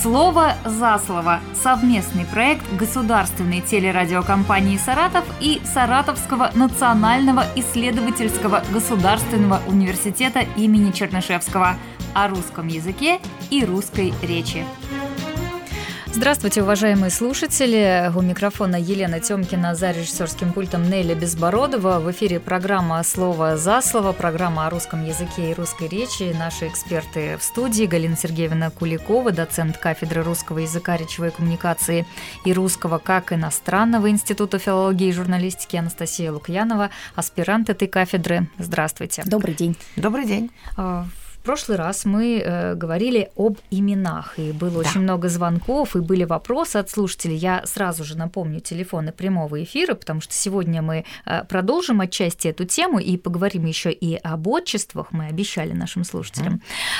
Слово за слово. Совместный проект государственной телерадиокомпании «Саратов» и Саратовского национального исследовательского государственного университета имени Чернышевского о русском языке и русской речи. Здравствуйте, уважаемые слушатели. У микрофона Елена Тёмкина, за режиссерским пультом Неля Безбородова. В эфире программа «Слово за слово», программа о русском языке и русской речи. Наши эксперты в студии: Галина Сергеевна Куликова, доцент кафедры русского языка, речевой коммуникации и русского как иностранного Института филологии и журналистики, Анастасия Лукьянова, аспирант этой кафедры. Здравствуйте. Добрый день. Добрый день. В прошлый раз мы говорили об именах, и было очень много звонков, и были вопросы от слушателей. Я сразу же напомню телефоны прямого эфира, потому что сегодня мы продолжим отчасти эту тему и поговорим еще и об отчествах, мы обещали нашим слушателям.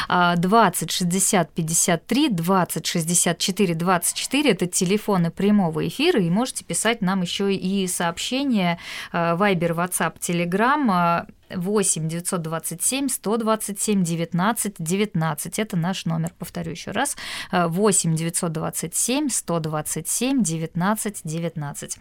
20 60 53, 20 64 24 – это телефоны прямого эфира, и можете писать нам еще и сообщения Viber, WhatsApp, Telegram 8 927 127 19 19. Это наш номер. Повторю еще раз. 8 927 127 19 19.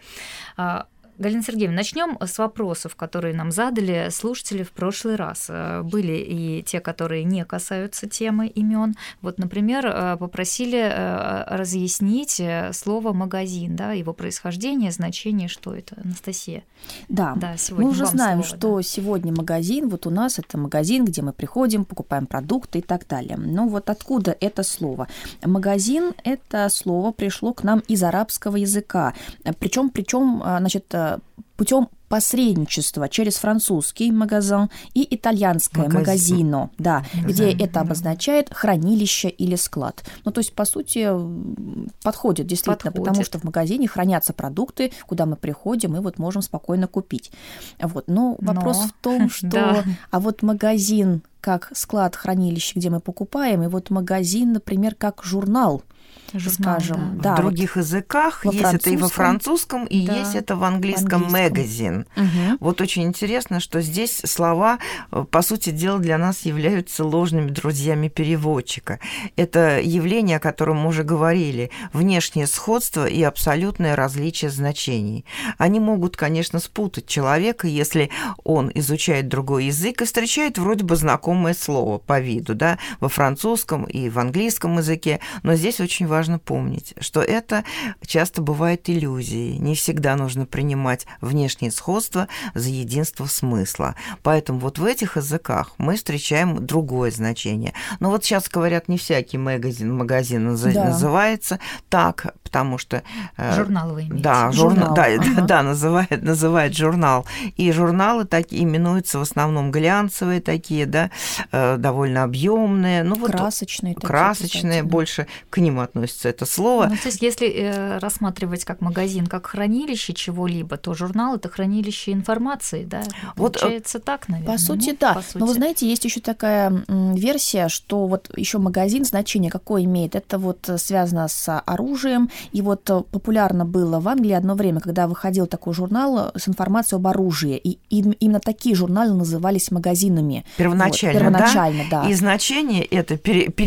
Галина Сергеевна, начнем с вопросов, которые нам задали слушатели в прошлый раз. Были и те, которые не касаются темы имен. Вот, например, попросили разъяснить слово «магазин», да, его происхождение, значение, что это. Анастасия. Да, мы уже знаем, что сегодня магазин, вот у нас это магазин, где мы приходим, покупаем продукты и так далее. Но вот откуда это слово? Магазин – это слово пришло к нам из арабского языка. Причем, значит, путем посредничества через французский магазин и итальянское магазино, да, где это обозначает хранилище или склад. Ну, то есть, по сути, подходит действительно, потому что в магазине хранятся продукты, куда мы приходим и вот можем спокойно купить. Вот. Но вопрос в том, что а вот магазин как склад, хранилище, где мы покупаем, и вот магазин, например, как журнал, скажем. Да, в других языках есть это и во французском, и есть это в английском magazine. Вот очень интересно, что здесь слова, по сути дела, для нас являются ложными друзьями переводчика. Это явление, о котором мы уже говорили, внешнее сходство и абсолютное различие значений. Они могут, конечно, спутать человека, если он изучает другой язык и встречает вроде бы знакомое слово по виду, да, во французском и в английском языке, но здесь очень важно помнить, что это часто бывает иллюзией. Не всегда нужно принимать внешнее сходство за единство смысла. Поэтому вот в этих языках мы встречаем другое значение. Но вот сейчас говорят, не всякий магазин называется так, потому что... Журнал вы имеете. Да, называет журнал. И журналы такие именуются в основном глянцевые такие, да, довольно объемные. Ну, красочные, больше к ним относится это слово. Ну, то есть, если рассматривать как магазин, как хранилище чего-либо, то журнал – это хранилище информации, да? Получается так, наверное. По сути, да. Но вы знаете, есть еще такая версия, что вот еще магазин значение какое имеет. Это вот связано с оружием. И вот популярно было в Англии одно время, когда выходил такой журнал с информацией об оружии. И именно такие журналы назывались магазинами. Первоначально, да. И значение это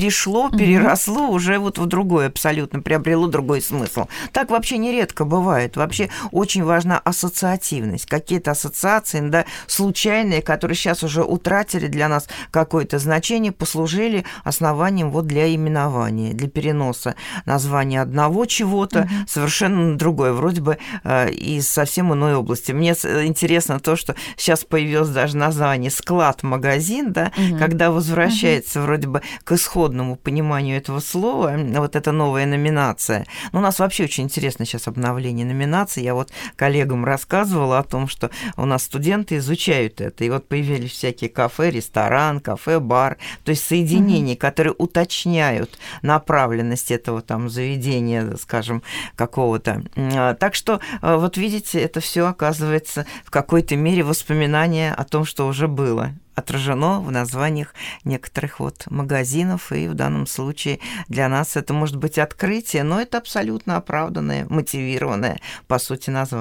переросло уже вот в другое абсолютно, приобрело другой смысл. Так вообще нередко бывает. Вообще очень важна ассоциативность. Какие-то ассоциации, да, случайные, которые сейчас уже утратили для нас какое-то значение, послужили основанием вот для именования, для переноса названия одного чего-то совершенно на другое, вроде бы из совсем иной области. Мне интересно то, что сейчас появилось даже название «склад-магазин», да, когда возвращается вроде бы к исходному пониманию этого слова, вот эта новая номинация. Но у нас вообще очень интересно сейчас обновление номинаций. Я вот коллегам рассказывала о том, что у нас студенты изучают это, и вот появились всякие кафе, ресторан, кафе, бар, то есть соединения, которые уточняют направленность этого там заведения, скажем, какого-то. Так что, вот видите, это все оказывается в какой-то мере воспоминание о том, что уже было. отражено в названиях некоторых вот магазинов, и в данном случае для нас это может быть открытие, но это абсолютно оправданное, мотивированное, по сути, название.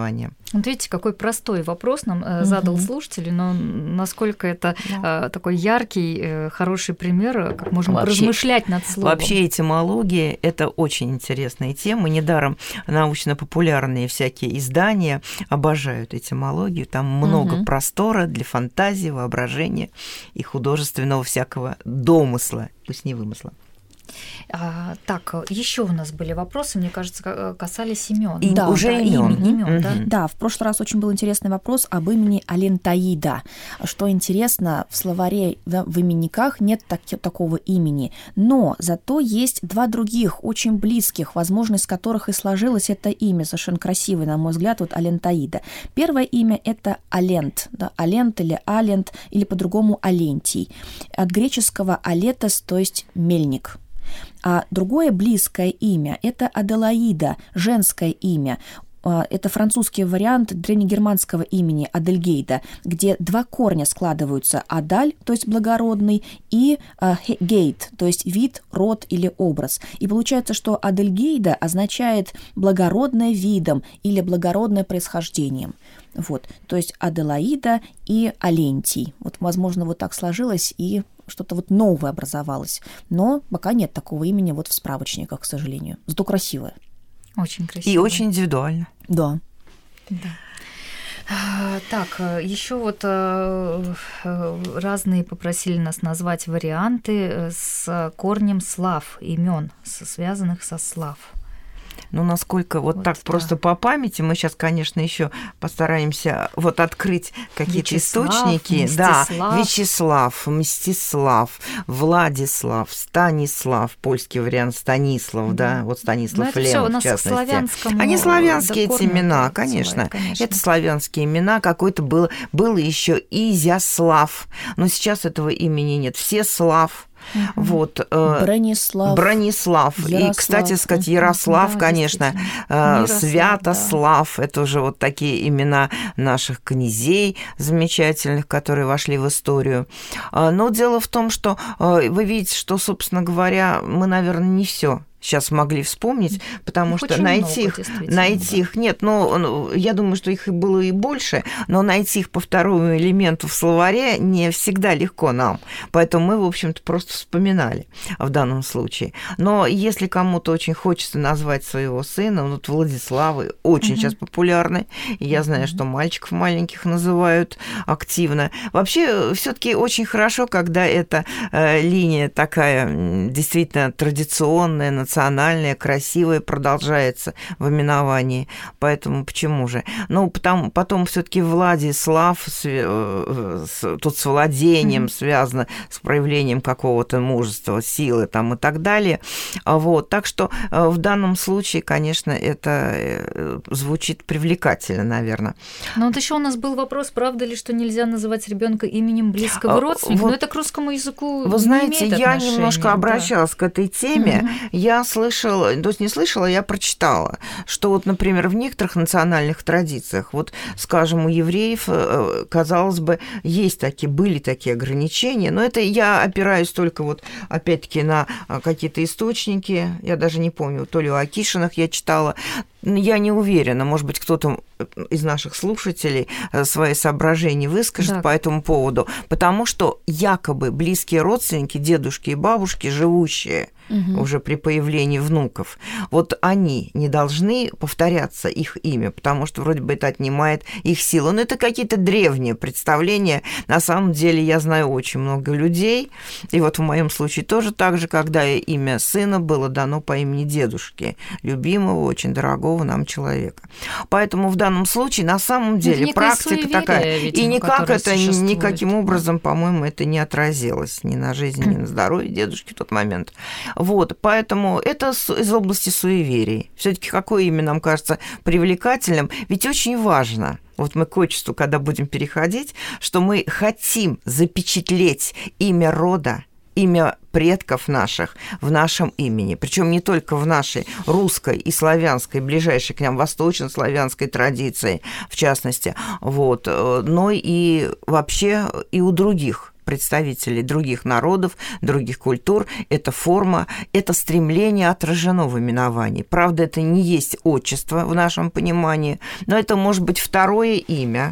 Вот видите, какой простой вопрос нам задал слушатель, но насколько это такой яркий, хороший пример, как можно размышлять над словом. Вообще этимология – это очень интересная тема. Недаром научно-популярные всякие издания обожают этимологию. Там много простора для фантазии, воображения и художественного всякого домысла, пусть не вымысла. Так, еще у нас были вопросы, мне кажется, касались имен. Да, уже имен. Да, в прошлый раз очень был интересный вопрос об имени Алентаида. Что интересно, в словаре, в именниках нет такого имени, но зато есть два других, очень близких, возможность которых и сложилось это имя, совершенно красивое, на мой взгляд, вот Алентаида. Первое имя – это Алент, да, Алент или Алент, или по-другому Алентий. От греческого алетос, то есть мельник. А другое близкое имя – это Аделаида, женское имя. Это французский вариант древнегерманского имени Адельгейда, где два корня складываются – адаль, то есть благородный, и гейд, то есть вид, род или образ. И получается, что Адельгейда означает благородное видом или благородное происхождением. Вот, то есть Аделаида и Алентий. Вот, возможно, вот так сложилось, и что-то вот новое образовалось. Но пока нет такого имени вот в справочниках, к сожалению. Зато красивое. Очень красиво. И очень индивидуально. Да. Так, еще вот разные попросили нас назвать варианты с корнем слав, имен, связанных со слав. Ну, насколько вот так просто по памяти, мы сейчас, конечно, еще постараемся вот открыть какие-то источники. Мстислав. Да, Вячеслав, Мстислав, Владислав, Станислав, польский вариант Станислав, да, вот Станислав Лем, в частности. Они славянские эти имена, конечно. Это славянские имена. Какой-то было еще Изяслав, но сейчас этого имени нет. Всеслав. Вот, Бронислав. Ярослав. И, кстати сказать, Ярослав, да, конечно, Святослав, да. Это уже вот такие имена наших князей замечательных, которые вошли в историю. Но дело в том, что вы видите, что, собственно говоря, мы, наверное, не все сейчас могли вспомнить, потому что найти их нет, но я думаю, что их было и больше, но найти их по второму элементу в словаре не всегда легко нам, поэтому мы, в общем-то, просто вспоминали в данном случае. Но если кому-то очень хочется назвать своего сына, вот Владиславы очень сейчас популярны, и я знаю, что мальчиков маленьких называют активно. Вообще, все-таки очень хорошо, когда эта линия такая действительно традиционная, национальная, красивая, продолжается в именовании. Поэтому почему же? Ну, потом все-таки Владислав тут с владением связано, с проявлением какого-то мужества, силы там, и так далее. Вот. Так что в данном случае, конечно, это звучит привлекательно, наверное. Но вот еще у нас был вопрос, правда ли, что нельзя называть ребенка именем близкого родственника? Вот, но это к русскому языку вы знаете, не имеет я отношения, немножко обращалась к этой теме. Я слышала, то есть не слышала, я прочитала, что вот, например, в некоторых национальных традициях, вот, скажем, у евреев, казалось бы, были такие ограничения, но это я опираюсь только вот, опять-таки, на какие-то источники, я даже не помню, то ли у Акишиных я читала, я не уверена, может быть, кто-то из наших слушателей свои соображения выскажет по этому поводу, потому что якобы близкие родственники, дедушки и бабушки, живущие уже при появлении внуков, вот они не должны повторяться, их имя, потому что вроде бы это отнимает их силу. Но это какие-то древние представления. На самом деле я знаю очень много людей, и вот в моем случае тоже так же, когда имя сына было дано по имени дедушки, любимого, очень дорогого нам человека. Поэтому в данном случае на самом деле практика такая, видимо, и никаким образом, по-моему, это не отразилось ни на жизни, ни на здоровье дедушки в тот момент. Вот, поэтому это из области суеверий. Все-таки какое имя нам кажется привлекательным? Ведь очень важно, вот мы к отчеству, когда будем переходить, что мы хотим запечатлеть имя рода, имя предков наших в нашем имени. Причем не только в нашей русской и славянской, ближайшей к нам восточнославянской традиции, в частности, вот, но и вообще и у других представителей других народов, других культур. Эта форма, это стремление отражено в именовании. Правда, это не есть отчество в нашем понимании, но это может быть второе имя.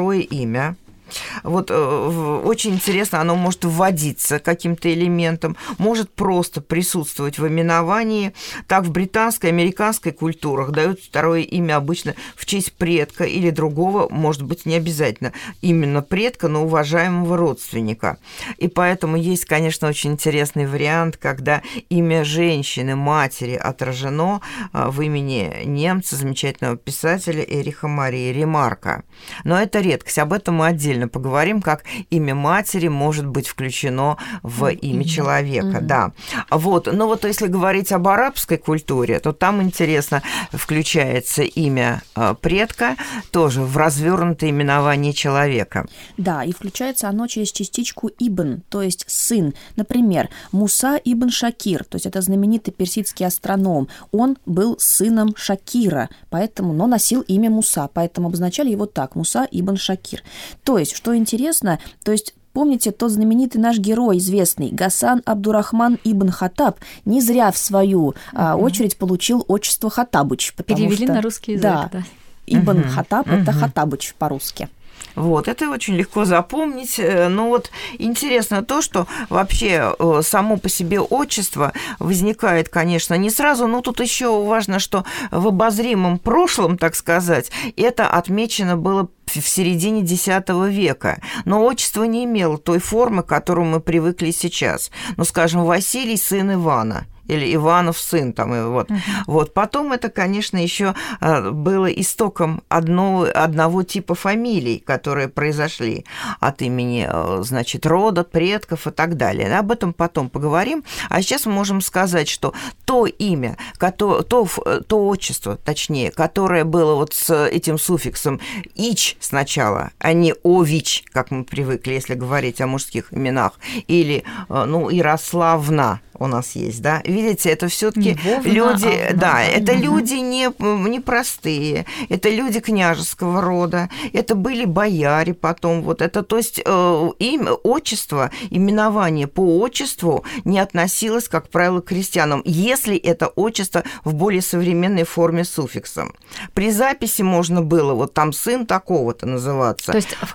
Вот очень интересно, оно может вводиться каким-то элементом, может просто присутствовать в именовании. Так в британской, американской культурах дают второе имя обычно в честь предка или другого, может быть, не обязательно именно предка, но уважаемого родственника. И поэтому есть, конечно, очень интересный вариант, когда имя женщины, матери отражено в имени немца, замечательного писателя Эриха Марии Ремарка. Но это редкость, об этом мы отдельно поговорим, как имя матери может быть включено в имя человека, да. Вот. Но вот если говорить об арабской культуре, то там, интересно, включается имя предка тоже в развернутое именование человека. Да, и включается оно через частичку «ибн», то есть «сын». Например, Муса ибн Шакир, то есть это знаменитый персидский астроном, он был сыном Шакира, поэтому, но носил имя Муса, поэтому обозначали его так, Муса ибн Шакир. То есть, что интересно, то есть помните, тот знаменитый наш герой, известный, Гасан Абдурахман ибн Хаттаб, не зря в свою очередь получил отчество Хаттабыч. Перевели на русский язык, да. Ибн Хаттаб – это Хаттабыч по-русски. Вот, это очень легко запомнить. Но вот интересно то, что вообще само по себе отчество возникает, конечно, не сразу, но тут еще важно, что в обозримом прошлом, так сказать, это отмечено было в середине X века. Но отчество не имело той формы, к которой мы привыкли сейчас. Ну, скажем, Василий – сын Ивана. Или Иванов сын, там, и вот. Вот. Потом это, конечно, еще было истоком одного типа фамилий, которые произошли от имени, значит, рода, предков и так далее. Об этом потом поговорим. А сейчас мы можем сказать, что то имя, то отчество, точнее, которое было вот с этим суффиксом «ич» сначала, а не «ович», как мы привыкли, если говорить о мужских именах, или, ну, Ярославна у нас есть, да. Видите, это все-таки люди, да, это люди не простые, это люди княжеского рода, это были бояре потом, вот это, то есть имя, отчество, именование по отчеству не относилось, как правило, к крестьянам, если это отчество в более современной форме с суффиксом. При записи можно было вот там сын такого-то называться. То есть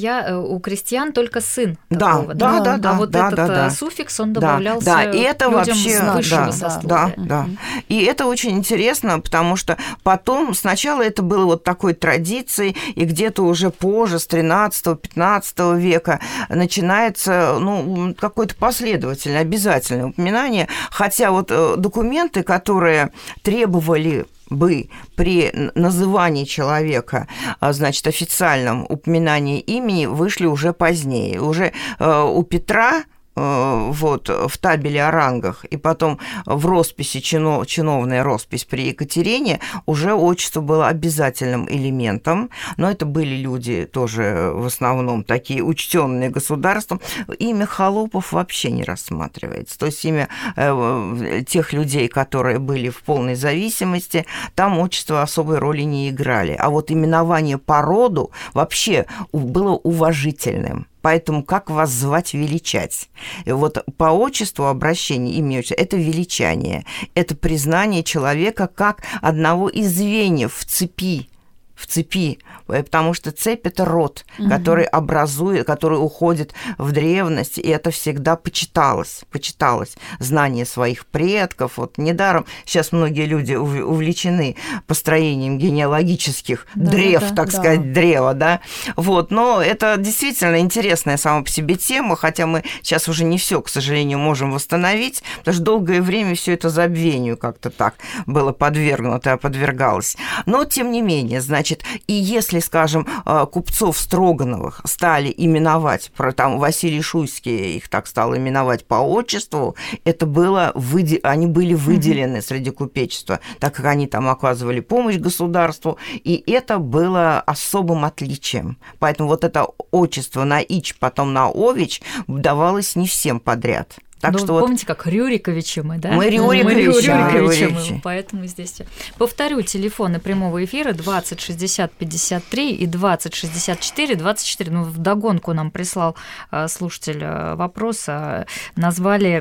у крестьян только сын такого, да. А вот этот суффикс, он добавлялся. Да, и это вообще, да. И это очень интересно, потому что потом сначала это было вот такой традицией, и где-то уже позже, с 13-15 века, начинается, ну, какое-то последовательное, обязательное упоминание, хотя вот документы, которые требовали бы при назывании человека, значит, официальном упоминании имени, вышли уже позднее. Уже у Петра вот в табеле о рангах, и потом в росписи, чиновная роспись при Екатерине, уже отчество было обязательным элементом, но это были люди тоже в основном такие учтенные государством. Имя холопов вообще не рассматривается, то есть имя тех людей, которые были в полной зависимости, там отчество особой роли не играли, а вот именование по роду вообще было уважительным. Поэтому как вас звать, величать? И вот по отчеству обращение, имя, это величание, это признание человека как одного из звеньев в цепи, потому что цепь – это род, который образует, который уходит в древность, и это всегда почиталось знание своих предков. Вот недаром сейчас многие люди увлечены построением генеалогических древ, так сказать, древа, да. Вот, но это действительно интересная сама по себе тема, хотя мы сейчас уже не все, к сожалению, можем восстановить, потому что долгое время все это забвению как-то так было подвергнуто, подвергалось. Но, тем не менее, значит, и если, скажем, купцов Строгановых стали именовать, там Василий Шуйский их так стал именовать по отчеству, это было, они были выделены среди купечества, так как они там оказывали помощь государству, и это было особым отличием. Поэтому вот это отчество на ич, потом на ович давалось не всем подряд. Так что помните, как Рюриковичи мы, да? Мы Рюриковичи. Поэтому здесь... Повторю, телефоны прямого эфира 20 60 53 и 20 64 24. Ну, вдогонку нам прислал слушатель вопрос, назвали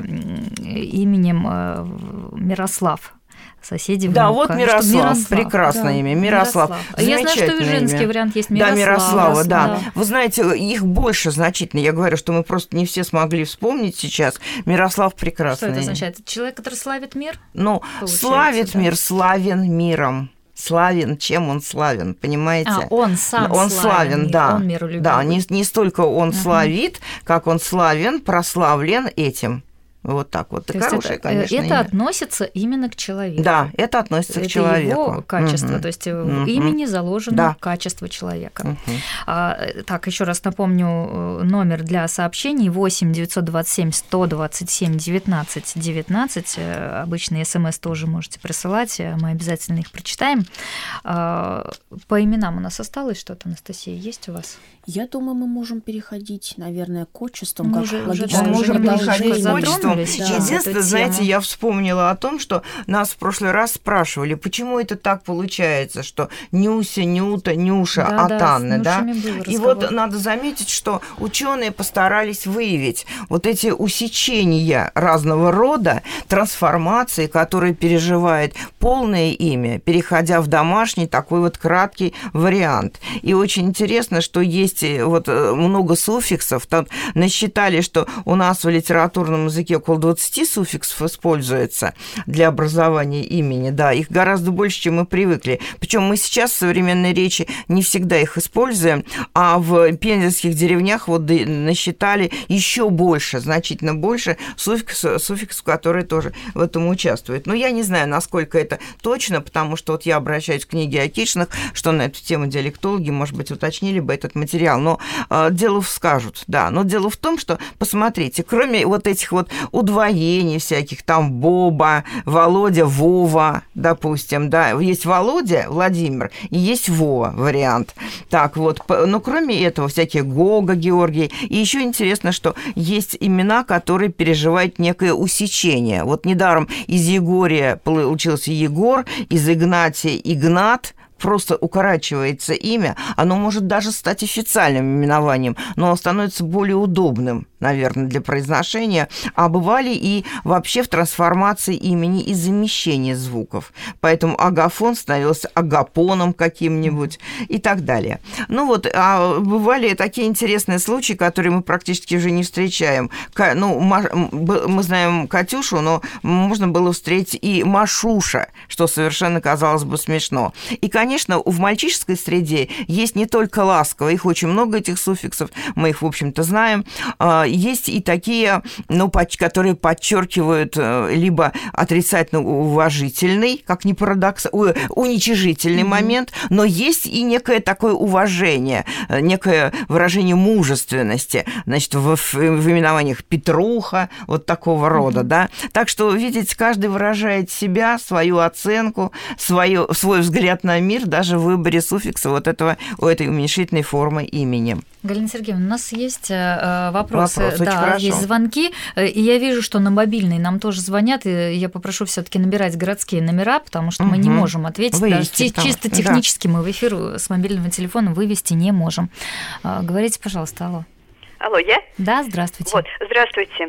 именем Мирослав. Соседи да, вот Мирослав, прекрасное имя, Мирослав. Я знаю, что и женский вариант есть Мирослава. Да, Мирослава, да. Вы знаете, их больше значительно. Я говорю, что мы просто не все смогли вспомнить сейчас. Мирослав прекрасное. Что это означает? Человек, который славит мир? Ну, славит мир, славен миром. Славен, чем он славен, понимаете? Он сам он славен, да. Он миролюбивый. Да, не столько он славит, как он славен, прославлен этим. Вот так вот. Это хорошее, конечно, это относится именно к человеку. Да, это относится к человеку. Это его качество, то есть в имени заложено качество человека. Так, еще раз напомню, номер для сообщений 8 927 127 19 19. Обычные СМС тоже можете присылать, мы обязательно их прочитаем. По именам у нас осталось что-то, Анастасия, есть у вас? Я думаю, мы можем переходить, наверное, к отчествам. Мы можем переходить к отчествам. Единственное, знаете, я вспомнила о том, что нас в прошлый раз спрашивали, почему это так получается, что Нюся, Нюта, Нюша, Атанны, да? И вот надо заметить, что ученые постарались выявить вот эти усечения разного рода, трансформации, которые переживает полное имя, переходя в домашний такой вот краткий вариант. И очень интересно, что есть вот много суффиксов. Там насчитали, что у нас в литературном языке около 20 суффиксов используется для образования имени. Да, их гораздо больше, чем мы привыкли. Причем мы сейчас в современной речи не всегда их используем, а в пензенских деревнях вот насчитали еще больше, значительно больше суффиксов, которые тоже в этом участвуют. Но я не знаю, насколько это точно, потому что вот я обращаюсь к книге Акишиных, что на эту тему диалектологи, может быть, уточнили бы этот материал, но дело скажут, да. Но дело в том, что, посмотрите, кроме вот этих вот удвоений всяких, там Боба, Володя, Вова, допустим, да, есть Володя, Владимир, и есть Вова вариант. Так вот, но кроме этого, всякие Гога, Георгий, и еще интересно, что есть имена, которые переживают некое усечение. Вот недаром из Егория получился Егор, из Игнатия Игнат, просто укорачивается имя, оно может даже стать официальным именованием, но оно становится более удобным, наверное, для произношения, а бывали и вообще в трансформации имени и замещения звуков. Поэтому Агафон становился Агапоном каким-нибудь и так далее. Ну вот, а бывали такие интересные случаи, которые мы практически уже не встречаем. Ну, мы знаем Катюшу, но можно было встретить и Машуша, что совершенно казалось бы смешно. И, конечно, в мальчишеской среде есть не только ласково, их очень много, этих суффиксов, мы их, в общем-то, знаем. Есть и такие, ну, которые подчеркивают либо отрицательно уважительный, как ни парадокс, уничижительный момент, но есть и некое такое уважение, некое выражение мужественности, значит, в именованиях Петруха, вот такого рода, да. Так что, видите, каждый выражает себя, свою оценку, свой взгляд на мир, даже в выборе суффикса вот у этой уменьшительной формы имени. Галина Сергеевна, у нас есть вопросы, да, есть звонки, и я вижу, что на мобильный нам тоже звонят, и я попрошу все-таки набирать городские номера, потому что мы не можем ответить, даже чисто технически мы в эфир с мобильного телефона вывести не можем. Говорите, пожалуйста, алло. Алло, я? Да, здравствуйте. Вот, здравствуйте.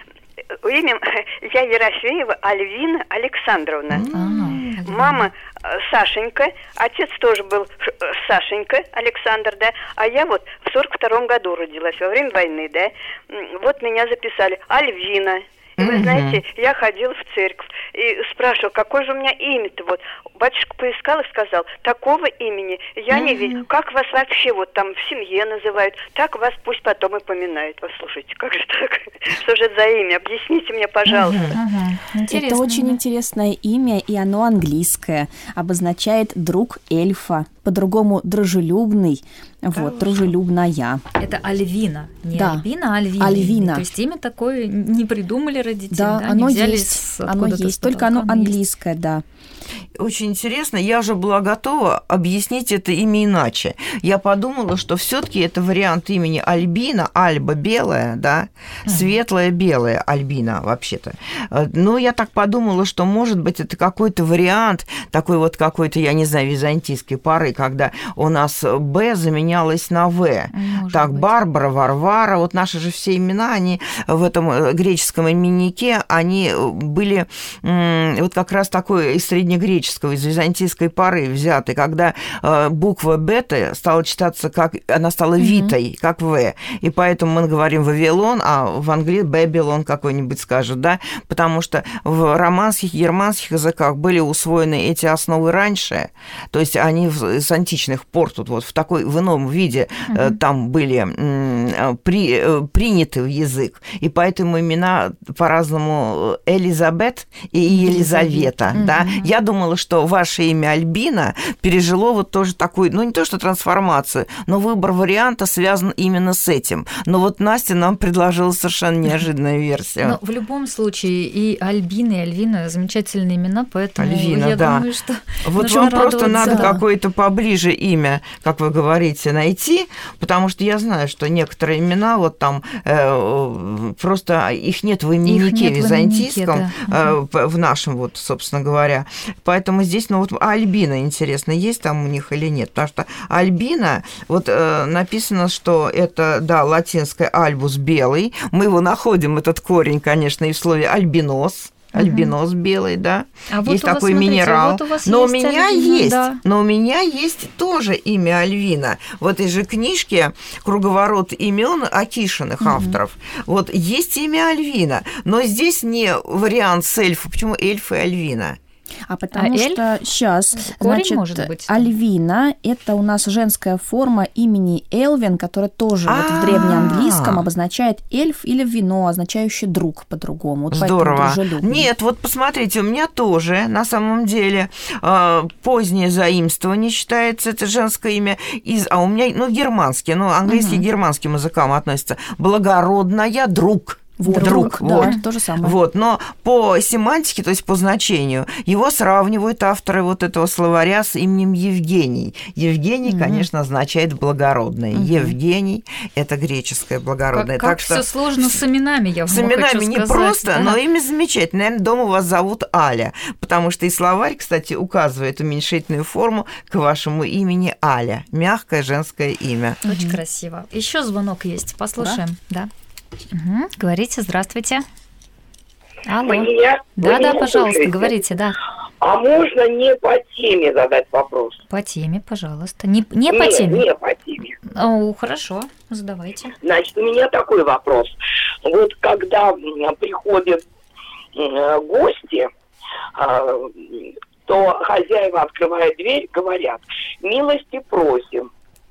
Имя я Ерофеева Альвина Александровна. Мама Сашенька, отец тоже был Сашенька Александр, да, а я вот в 42-м году родилась, во время войны, да. Вот меня записали Альвина. И вы знаете, я ходила в церковь и спрашивала, какое же у меня имя-то. Вот батюшка поискал и сказал, такого имени я не видел. Как вас вообще вот там в семье называют, так вас пусть потом и поминают. Вот слушайте, как же так? Что же это за имя? Объясните мне, пожалуйста. Это очень интересное имя, и оно английское. Обозначает «друг эльфа». По-другому «дружелюбный». Вот, «дружелюбная». Это Альвина, не Альбина, а Альвина. Альвина. То есть имя такое не придумали родители, да, да? оно есть, оно есть, только оно английское, да. очень интересно. Я уже была готова объяснить это имя иначе. Я подумала, что все-таки это вариант имени Альбина, Альба белая, да, светлая белая Альбина вообще-то. Но я так подумала, что, может быть, это какой-то вариант такой вот какой-то, я не знаю, византийской поры, когда у нас Б заменялось на В. Может так, быть. Барбара, Варвара, вот наши же все имена, они в этом греческом именнике, они были вот как раз такой из среднегреческого, из византийской поры взяты, когда буква бета стала читаться как, она стала витой, как В. И поэтому мы говорим Вавилон, а в Англии Бэбилон какой-нибудь скажет, да, потому что в романских, германских языках были усвоены эти основы раньше, то есть они с античных пор тут вот в ином виде там были приняты в язык, и поэтому имена по-разному Элизабет и Елизавета, да. Я думала, что ваше имя Альбина пережило вот тоже такую, ну, не то что трансформацию, но выбор варианта связан именно с этим. Но вот Настя нам предложила совершенно неожиданную версию. Но в любом случае и Альбина, и Альвина замечательные имена, поэтому Альвина, я думаю, что вот вам просто надо какое-то поближе имя, как вы говорите, найти, потому что я знаю, что некоторые имена вот там просто их нет в именнике византийском, в нашем вот, собственно говоря. Поэтому здесь, ну вот Альбина, интересно, есть там у них или нет, потому что Альбина, вот написано, что это, да, латинское альбус белый, мы его находим, этот корень, конечно, и в слове альбинос. Альбинос белый, да. А вот есть у вас, такой смотрите, минерал. Вот у вас но есть у меня Альвина, есть, да. но у меня есть тоже имя Альвина. В этой же книжке «Круговорот имен» Акишиных авторов. Вот есть имя Альвина, но здесь не вариант с эльфа. Почему эльф и Альвина? А потому что сейчас, корень, значит, может быть, Альвина – это у нас женская форма имени Элвин, которая тоже вот в древнеанглийском обозначает эльф или вино, означающий друг по-другому. Вот здорово. Нет, вот посмотрите, у меня тоже на самом деле позднее заимствование считается, это женское имя, а у меня, ну, германский, ну, английский к германским языкам относится. Благородная друг. Друг, да, вот. Это то же самое. Вот, но по семантике, то есть по значению, его сравнивают авторы вот этого словаря с именем Евгений. Евгений, конечно, означает благородный. Евгений – это греческое благородное. Как что все сложно с именами, я вам с именами хочу не сказать, просто, да? но имя замечательное. Наверное, дома вас зовут Аля, потому что и словарь, кстати, указывает уменьшительную форму к вашему имени Аля. Мягкое женское имя. Очень красиво. Еще звонок есть, послушаем. Да. Говорите, здравствуйте. Алло. Да, пожалуйста, слушаете? Говорите, да. А можно не по теме задать вопрос? По теме, пожалуйста. Не по теме? Не по теме. Хорошо, задавайте. Значит, у меня такой вопрос. Вот когда приходят гости, то хозяева открывают дверь, говорят: милости просим.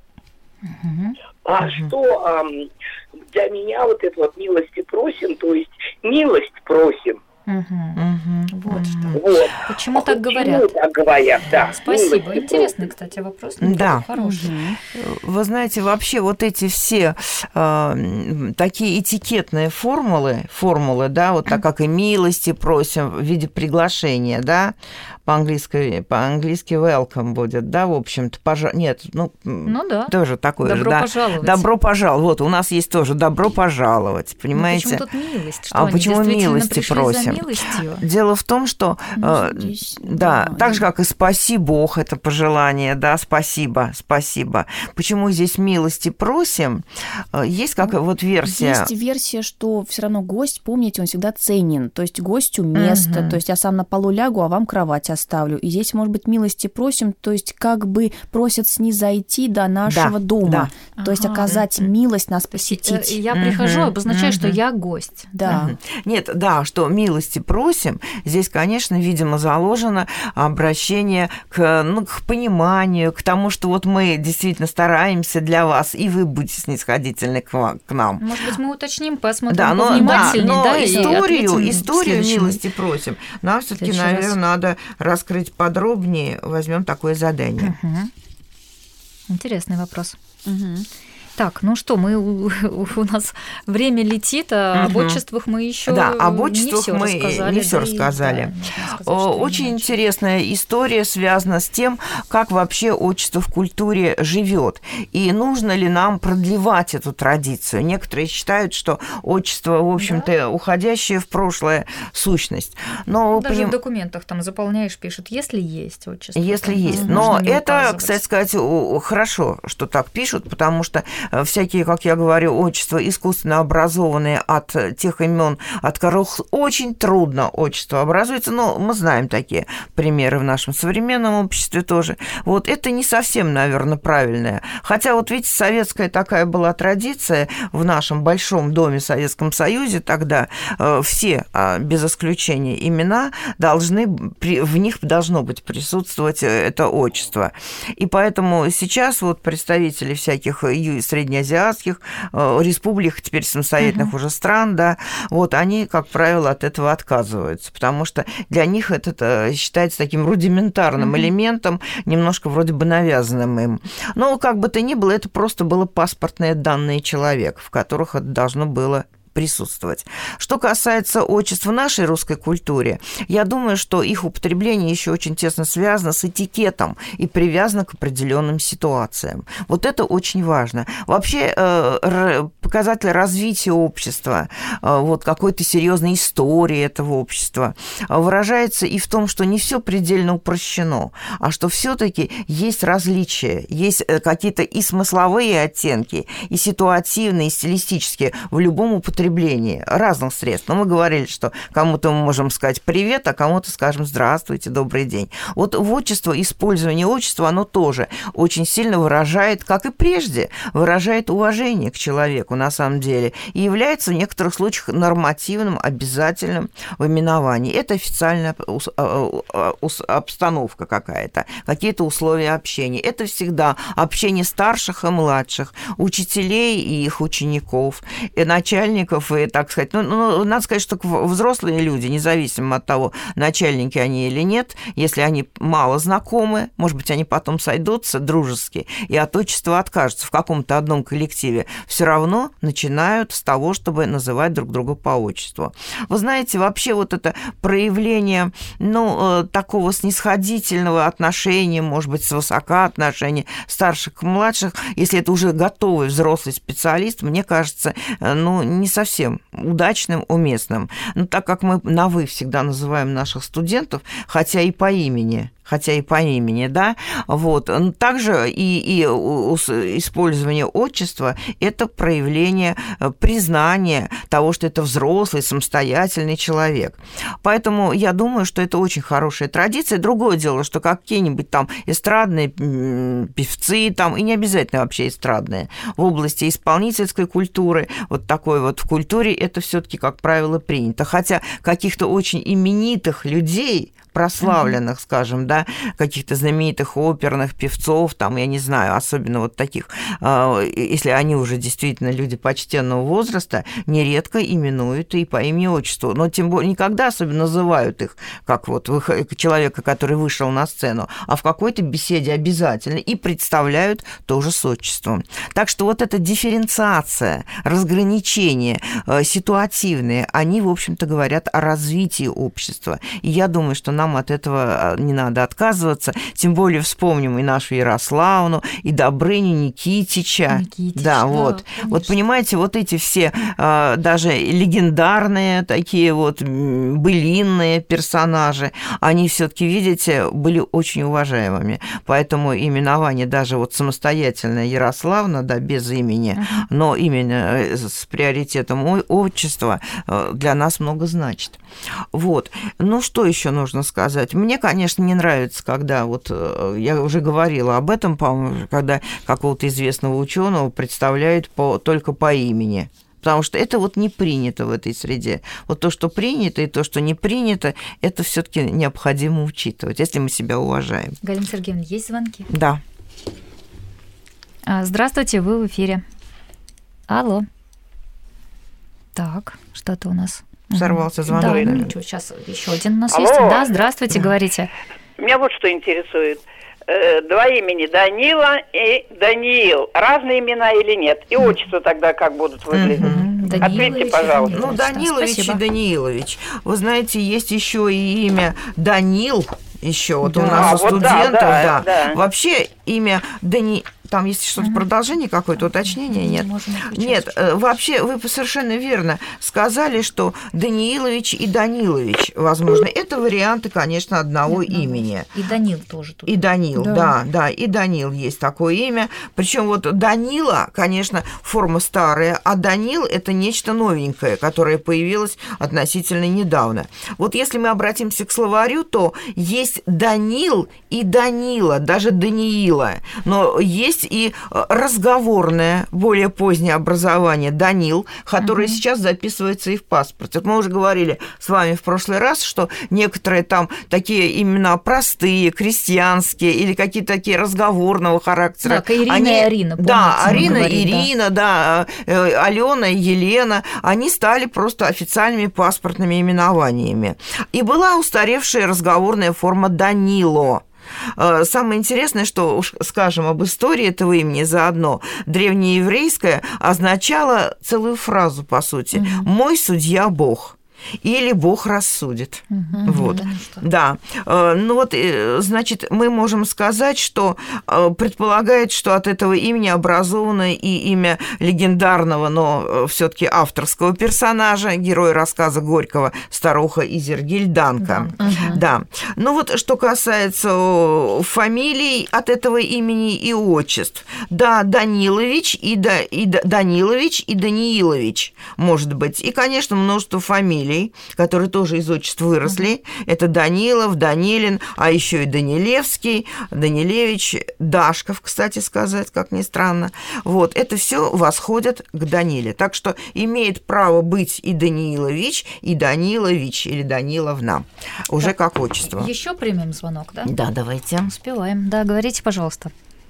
А что для меня вот это вот милости просим, то есть милость просим. Вот что. Вот. Почему так говорят? Почему так говорят, да. Спасибо. Интересный, кстати, вопрос. Да. Хороший. Вы знаете, вообще вот эти все такие этикетные формулы, да, вот так как и милости просим в виде приглашения, да, по-английски welcome будет, да, в общем-то, да. Тоже такое добро же, да. Пожаловать. Добро пожаловать. Вот у нас есть тоже добро пожаловать, понимаете? Почему тут милость? Что а они почему милости просим? Дело в том, что так же, как и спаси Бог, это пожелание, да, спасибо. Почему здесь милости просим? Есть как вот версия. Есть версия, что все равно гость, помните, он всегда ценен. То есть гостю место, то есть я сам на полу лягу, а вам кровать оставлю. И здесь, может быть, милости просим, то есть как бы просят снизойти до нашего дома. То есть оказать милость, нас посетить. Я прихожу, обозначаю, что я гость. Да. Нет, да, что милости просим. Здесь, конечно, видимо, заложено обращение к пониманию, к тому, что вот мы действительно стараемся для вас, и вы будете снисходительны к нам. Может быть, мы уточним, посмотрим повнимательнее, но историю милости просим. Нам все-таки, наверное, надо раскрыть подробнее. Возьмем такое задание. Интересный вопрос. Так, ну что, у нас время летит, а об отчествах мы еще об отчествах не все рассказали. Очень интересная история связана с тем, как вообще отчество в культуре живет, и нужно ли нам продлевать эту традицию. Некоторые считают, что отчество, в общем-то, уходящая в прошлое сущность. Но даже в документах там заполняешь, пишут, если есть отчество. Если есть. Но это, кстати сказать, хорошо, что так пишут, потому что всякие, как я говорю, отчества искусственно образованные от тех имен, от которых очень трудно отчество образуется, но мы знаем такие примеры в нашем современном обществе тоже. Вот это не совсем, наверное, правильное. Хотя вот видите, советская такая была традиция в нашем большом доме в Советском Союзе тогда, все, без исключения имена, в них должно быть присутствовать это отчество. И поэтому сейчас вот представители всяких среднеазиатских республик, теперь самостоятельных уже стран, да, вот они, как правило, от этого отказываются, потому что для них это считается таким рудиментарным элементом, немножко вроде бы навязанным им. Но как бы то ни было, это просто было паспортные данные человека, в которых это должно было присутствовать. Что касается отчеств в нашей русской культуре, я думаю, что их употребление еще очень тесно связано с этикетом и привязано к определенным ситуациям. Вот это очень важно. Вообще показатель развития общества, вот какой-то серьезной истории этого общества выражается и в том, что не все предельно упрощено, а что все-таки есть различия, есть какие-то и смысловые оттенки, и ситуативные, и стилистические в любом употреблении разных средств. Но мы говорили, что кому-то мы можем сказать привет, а кому-то скажем здравствуйте, добрый день. Вот в отчество, использование отчества, оно тоже очень сильно выражает, как и прежде, выражает уважение к человеку на самом деле и является в некоторых случаях нормативным, обязательным в именовании. Это официальная обстановка какая-то, какие-то условия общения. Это всегда общение старших и младших, учителей и их учеников, и начальников, и, так сказать, надо сказать, что взрослые люди, независимо от того, начальники они или нет, если они мало знакомы, может быть, они потом сойдутся дружески и от отчества откажутся в каком-то одном коллективе, все равно начинают с того, чтобы называть друг друга по отчеству. Вы знаете, вообще вот это проявление, такого снисходительного отношения, может быть, свысока отношения старших к младших, если это уже готовый взрослый специалист, мне кажется, не совсем удачным, уместным. Но так как мы на «вы» всегда называем наших студентов, хотя и по имени, да, вот. Также и использование отчества – это проявление признания того, что это взрослый, самостоятельный человек. Поэтому я думаю, что это очень хорошая традиция. Другое дело, что какие-нибудь там эстрадные певцы, там, и не обязательно вообще эстрадные, в области исполнительской культуры, вот такой вот в культуре, это все-таки, как правило, принято. Хотя каких-то очень именитых людей, прославленных, скажем, да, каких-то знаменитых оперных певцов, там, я не знаю, особенно вот таких, если они уже действительно люди почтенного возраста, нередко именуют и по имени-отчеству, но тем более никогда особенно называют их, как вот человека, который вышел на сцену, а в какой-то беседе обязательно и представляют тоже с отчеством. Так что вот эта дифференциация, разграничение ситуативные, они, в общем-то, говорят о развитии общества. И я думаю, что нам от этого не надо отказываться. Тем более вспомним и нашу Ярославну, и Добрыню Никитича. Да, вот. Вот понимаете, вот эти все даже легендарные такие вот былинные персонажи, они все-таки, видите, были очень уважаемыми. Поэтому именование даже вот самостоятельная Ярославна, да, без имени, но именно с приоритетом отчества для нас много значит. Вот. Ну, что еще нужно сказать? Мне, конечно, не нравится, когда вот, я уже говорила об этом, по-моему, когда какого-то известного ученого представляют только по имени. Потому что это вот не принято в этой среде. Вот то, что принято, и то, что не принято, это все-таки необходимо учитывать, если мы себя уважаем. Галина Сергеевна, есть звонки? Да. Здравствуйте, вы в эфире. Алло. Так, что-то у нас... Сорвался звонок. Да, ничего, сейчас еще один у нас есть. Да, здравствуйте, говорите. Меня вот что интересует. два имени, Данила и Даниил. Разные имена или нет? И отчество тогда как будут выглядеть? Ответьте, пожалуйста. Ну, Данилович и Даниилович. Вы знаете, есть еще и имя Данил. Еще вот у нас у студентов, да. Вообще имя Там есть что-то продолжение, какое-то уточнение? Нет. Нет, вообще вы совершенно верно сказали, что Даниилович и Данилович, возможно, это варианты, конечно, одного имени. И Данил тоже тут. И Данил, да, и Данил есть такое имя. Причем вот Данила, конечно, форма старая, а Данил – это нечто новенькое, которое появилось относительно недавно. Вот если мы обратимся к словарю, то есть Данил и Данила, даже Даниила, но есть и разговорное, более позднее образование Данил, которое сейчас записывается и в паспорте. Вот мы уже говорили с вами в прошлый раз, что некоторые там такие имена простые, крестьянские или какие-то такие разговорного характера. Да, как Ирина и Арина. Помните, да, Арина, Ирина, да, Алена и Елена, они стали просто официальными паспортными именованиями. И была устаревшая разговорная форма Данило. Самое интересное, что, скажем, об истории этого имени заодно, древнееврейское означало целую фразу, по сути. «Мой судья Бог». Или Бог рассудит. Вот. Да. Ну вот, значит, мы можем сказать, что предполагает, что от этого имени образовано и имя легендарного, но все-таки авторского персонажа, героя рассказа Горького, старуха Изергиль-Данка. Да. Ну вот, что касается фамилий от этого имени и отчеств. Да, Данилович и Данилович и Даниилович, может быть. И, конечно, множество фамилий, которые тоже из отчеств выросли. Это Данилов, Данилин, а еще и Данилевский, Данилевич, Дашков, кстати сказать, как ни странно. Вот, это все восходит к Даниле. Так что имеет право быть и Даниилович, и Данилович, или Даниловна. Уже как отчество. Еще примем звонок, да? Да, давайте. Успеваем. Да, говорите, пожалуйста.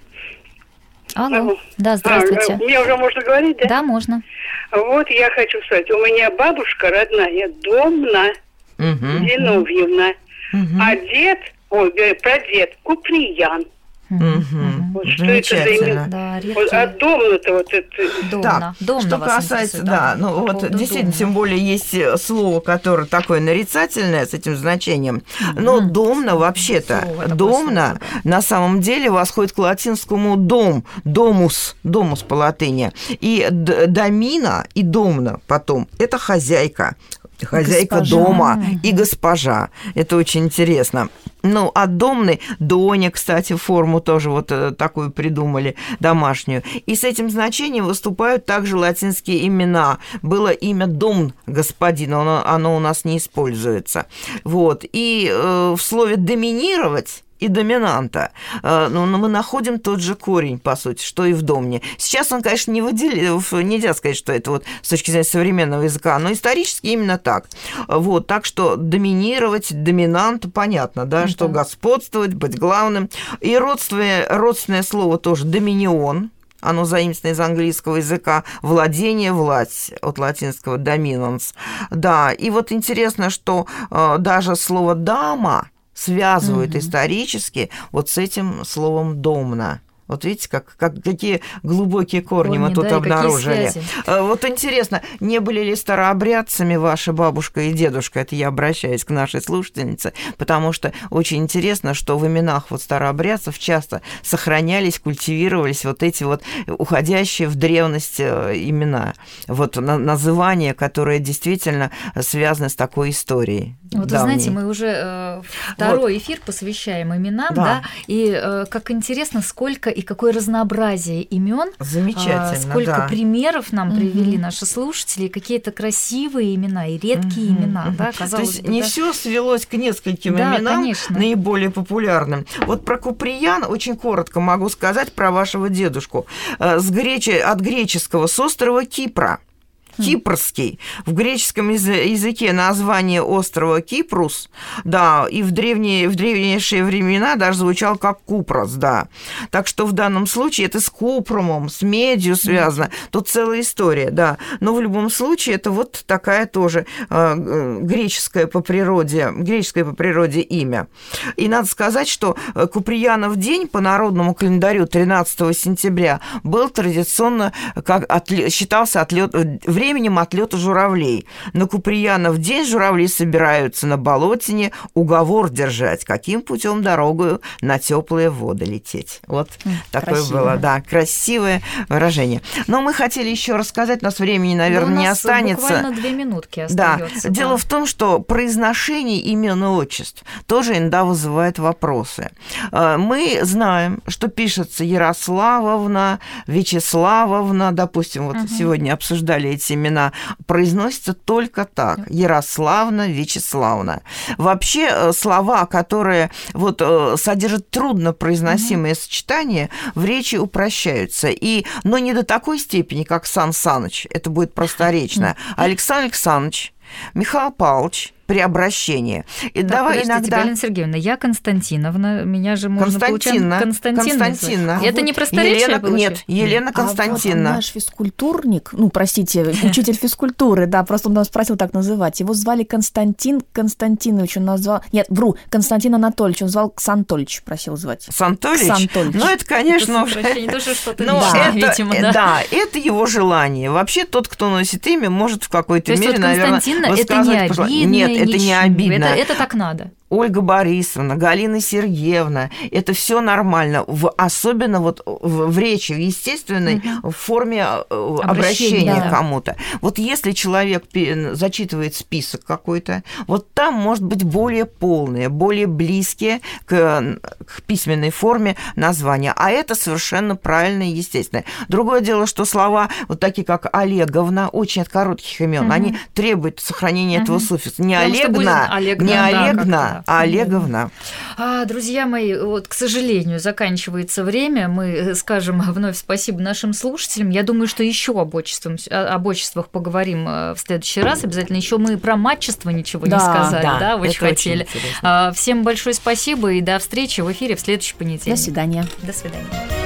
Алло. Да, здравствуйте. Мне уже можно говорить, да? Да, можно. Вот я хочу сказать, у меня бабушка родная Домна Зиновьевна, а прадед Куприян. Вот что это за имя? Да, а Домна-то вот это... Так, что касается, да, ну вот действительно, тем более есть слово, которое такое нарицательное с этим значением, но Домна вообще-то, Домна на самом деле восходит к латинскому дом, домус по латыни, и домина и домна потом – это хозяйка дома и госпожа. Это очень интересно. Ну, от домны Доня, кстати, форму тоже вот такую придумали, домашнюю. И с этим значением выступают также латинские имена. Было имя Домн господин, оно у нас не используется. Вот. И в слове «доминировать» и доминанта, но мы находим тот же корень, по сути, что и в домне. Сейчас он, конечно, нельзя сказать, что это вот с точки зрения современного языка, но исторически именно так. Вот, так что доминировать, доминант, понятно, да, что господствовать, быть главным. И родственное слово тоже доминион, оно заимствовано из английского языка, владение, власть, от латинского dominans. Да, и вот интересно, что даже слово «дама» связывают исторически вот с этим словом «домна». Вот видите, какие глубокие корни мы тут обнаружили. Вот интересно, не были ли старообрядцами ваша бабушка и дедушка? Это я обращаюсь к нашей слушательнице, потому что очень интересно, что в именах вот старообрядцев часто сохранялись, культивировались вот эти вот уходящие в древность имена. Вот называния, которые действительно связаны с такой историей. Вот вы знаете, мы уже второй эфир посвящаем именам, да, и как интересно, сколько и какое разнообразие имен. Замечательно, сколько примеров нам привели наши слушатели, какие-то красивые имена и редкие имена. Да, то есть не все свелось к нескольким именам, конечно, наиболее популярным. Вот про Куприян очень коротко могу сказать про вашего дедушку. От греческого, с острова Кипра. Кипрский. В греческом языке название острова Кипрус, да, и в древнейшие времена даже звучал как Купрос, да. Так что в данном случае это с купрумом, с медью связано. Тут целая история, да. Но в любом случае это вот такая тоже греческое по природе имя. И надо сказать, что Куприянов день по народному календарю 13 сентября был традиционно считался временем отлета журавлей. На Куприянов день журавли собираются на болотине уговор держать, каким путем дорогою на теплые воды лететь. Вот такое было, да, красивое выражение. Но мы хотели еще рассказать, у нас времени, наверное, не останется. Буквально 2 минутки остается. Да. Дело в том, что произношение имен и отчеств тоже иногда вызывает вопросы. Мы знаем, что пишется Ярославовна, Вячеславовна, допустим, вот сегодня обсуждали эти имена, произносится только так. Ярославна, Вячеславна. Вообще слова, которые вот содержат труднопроизносимые сочетания, в речи упрощаются. Но не до такой степени, как Сан Саныч, это будет просторечно. Александр Александрович, Михаил Павлович, при обращении. И давай иногда... Галина Сергеевна, я Константиновна, меня же можно Константина. Это не просторечие получается? Нет, Елена Константиновна. Вот наш физкультурник, учитель физкультуры, да, просто он нас спросил так называть. Его звали Константин Константинович, он назвал... Нет, вру, Константин Анатольевич, он звал Ксантольевич, просил звать. Ксантольевич? Ну, это, конечно, уже... Да, это его желание. Вообще, тот, кто носит имя, может в какой-то мере, наверное, высказывать пожелание. Нет, это не обидно. Это так надо. Ольга Борисовна, Галина Сергеевна, это все нормально, особенно вот в речи, в естественной в форме обращения к кому-то. Вот если человек зачитывает список какой-то, вот там может быть более полные, более близкие к письменной форме названия, а это совершенно правильно и естественно. Другое дело, что слова вот такие, как Олеговна, очень от коротких имен, они требуют сохранения этого суффикса. Не Олегна, а Олеговна. Друзья мои, вот, к сожалению, заканчивается время. Мы скажем вновь спасибо нашим слушателям. Я думаю, что еще об отчествах поговорим в следующий раз. Обязательно еще мы про матчество ничего не сказали. Да, очень хотели. Всем большое спасибо и до встречи в эфире в следующий понедельник. До свидания. До свидания.